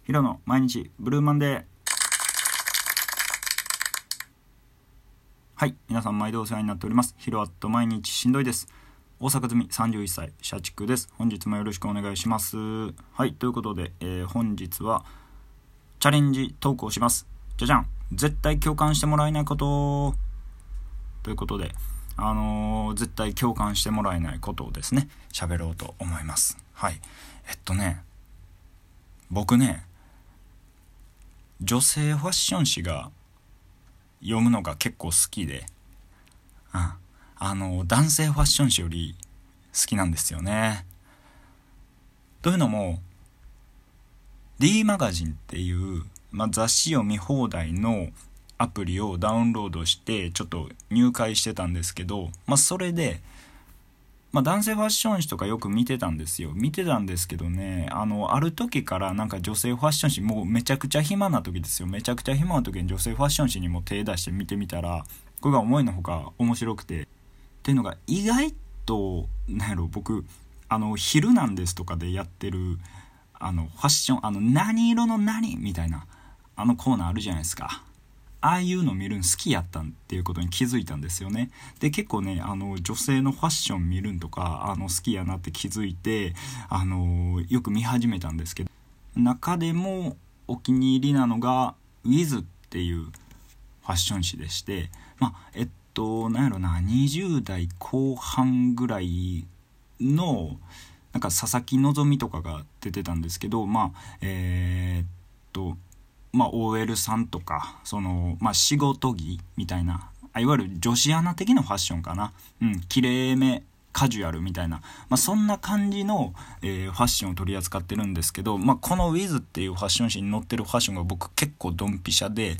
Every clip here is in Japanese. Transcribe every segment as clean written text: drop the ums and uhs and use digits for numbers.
ヒロの毎日ブルーマンデー。はい、皆さん毎度お世話になっております。ヒロアット毎日しんどいです。大阪済み31歳社畜です。本日もよろしくお願いします。はい、ということで、本日はチャレンジトークをします。じゃじゃん、絶対共感してもらえないことということで、絶対共感してもらえないことをですね喋ろうと思います。はい、僕ね、女性ファッション誌が読むのが結構好きで、男性ファッション誌より好きなんですよね。というのも D マガジンっていう、雑誌読み放題のアプリをダウンロードしてちょっと入会してたんですけど、それで男性ファッション誌とかよく見てたんですけどね、ある時からなんか女性ファッション誌、もうめちゃくちゃ暇な時に女性ファッション誌にも手出して見てみたら、これが思いのほか面白くて、っていうのが意外と僕ヒルナンデスとかでやってるファッション、何色の何みたいなコーナーあるじゃないですか。ああいうの見るん好きやったんっていうことに気づいたんですよね。で、結構ね、女性のファッション見るんとか好きやなって気づいてよく見始めたんですけど、中でもお気に入りなのが Wiz っていうファッション誌でして、20代後半ぐらいのなんか佐々木希とかが出てたんですけど、OL さんとか仕事着みたいな、いわゆる女子アナ的なファッションかな、綺麗めカジュアルみたいな、そんな感じの、ファッションを取り扱ってるんですけど、この Wiz っていうファッション誌に載ってるファッションが僕結構ドンピシャで、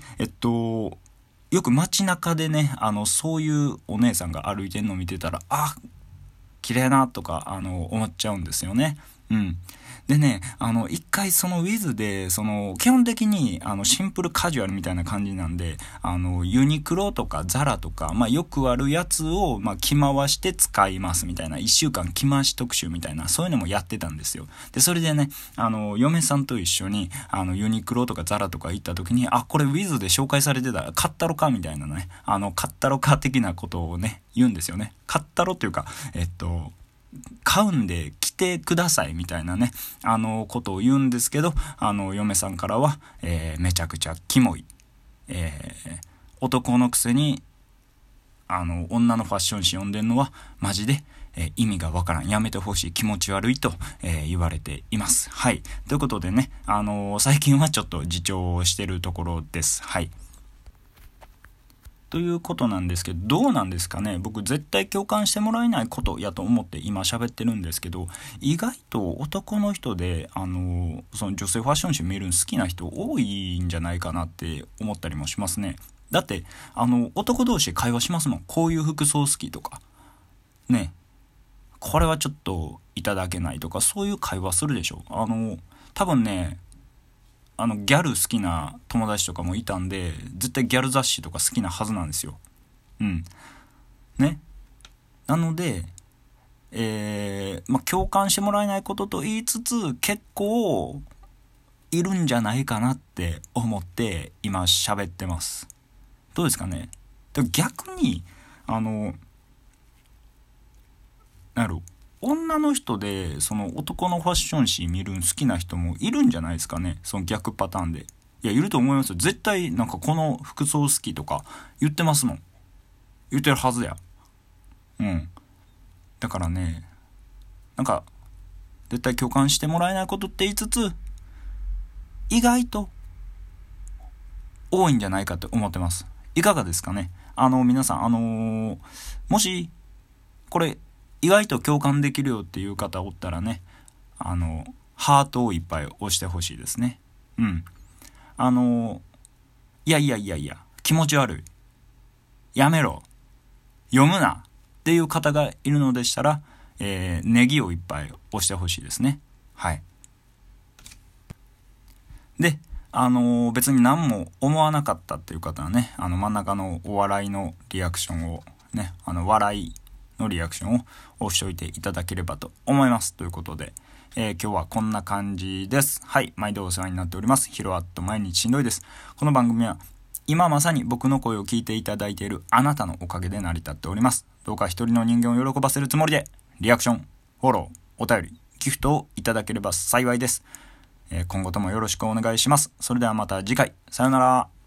よく街中でねそういうお姉さんが歩いてるのを見てたら、綺麗なとか思っちゃうんですよね。でね、一回その Wiz で基本的にシンプルカジュアルみたいな感じなんで、ユニクロとかザラとか、よくあるやつを着回して使いますみたいな、1週間着回し特集みたいな、そういうのもやってたんですよ。でそれでね嫁さんと一緒にユニクロとかザラとか行った時に、これ Wiz で紹介されてたら買ったろかみたいなね、買ったろか的なことをね言うんですよね。買ったろっていうか買うんで来てくださいみたいなねことを言うんですけど、嫁さんからは、めちゃくちゃキモい、男のくせに女のファッション誌読んでんのはマジで、意味がわからん、やめてほしい、気持ち悪いと、言われています。はい、ということでね最近はちょっと自重してるところです。はい、ということなんですけど、どうなんですかね。僕絶対共感してもらえないことやと思って今喋ってるんですけど、意外と男の人でその女性ファッション誌見るの好きな人多いんじゃないかなって思ったりもしますね。だって男同士で会話しますもん。こういう服装好きとかね、これはちょっといただけないとか、そういう会話するでしょ。多分ねギャル好きな友達とかもいたんで、絶対ギャル雑誌とか好きなはずなんですよ。ね。なので、共感してもらえないことと言いつつ、結構いるんじゃないかなって思って今喋ってます。どうですかね。で逆に女の人で男のファッション誌見るの好きな人もいるんじゃないですかね。その逆パターンで。いや、いると思いますよ。絶対なんかこの服装好きとか言ってますもん。言ってるはずや。だからね、なんか絶対共感してもらえないことって言いつつ、意外と多いんじゃないかって思ってます。いかがですかね。皆さんもしこれ意外と共感できるよっていう方おったらね、ハートをいっぱい押してほしいですね。いや気持ち悪い、やめろ、読むなっていう方がいるのでしたら、ネギをいっぱい押してほしいですね。はい。で別に何も思わなかったっていう方はね、真ん中のお笑いのリアクションをね、笑いのリアクションを押しておいていただければと思います。ということで、 今日はこんな感じです。はい、毎度お世話になっております。ヒロアット毎日しんどいです。この番組は今まさに僕の声を聞いていただいているあなたのおかげで成り立っております。どうか一人の人間を喜ばせるつもりで、リアクション、フォロー、お便り、ギフトをいただければ幸いです。今後ともよろしくお願いします。それではまた次回。さよなら。